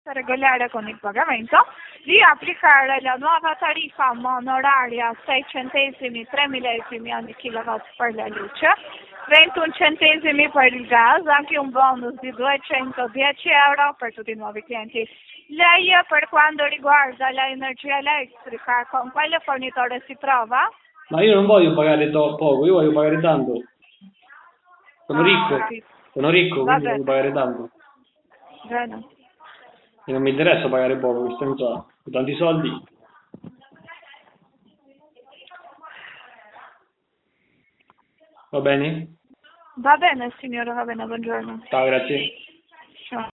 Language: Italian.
regolare con il pagamento, di applicare la nuova tariffa monoraria a 6 centesimi 3 millesimi ogni kilowatt per la luce, 21 centesimi per il gas, anche un bonus di 210 euro per tutti i nuovi clienti. Lei, per quanto riguarda l'energia elettrica, con quale fornitore si trova? Ma io non voglio pagare poco, io voglio pagare tanto. Sono ricco, Va quindi voglio bene. pagare tanto. Bene. E non mi interessa pagare poco, che senso ha? Con tanti soldi. Va bene? Va bene, signora, va bene, buongiorno. Ciao, grazie. Ciao.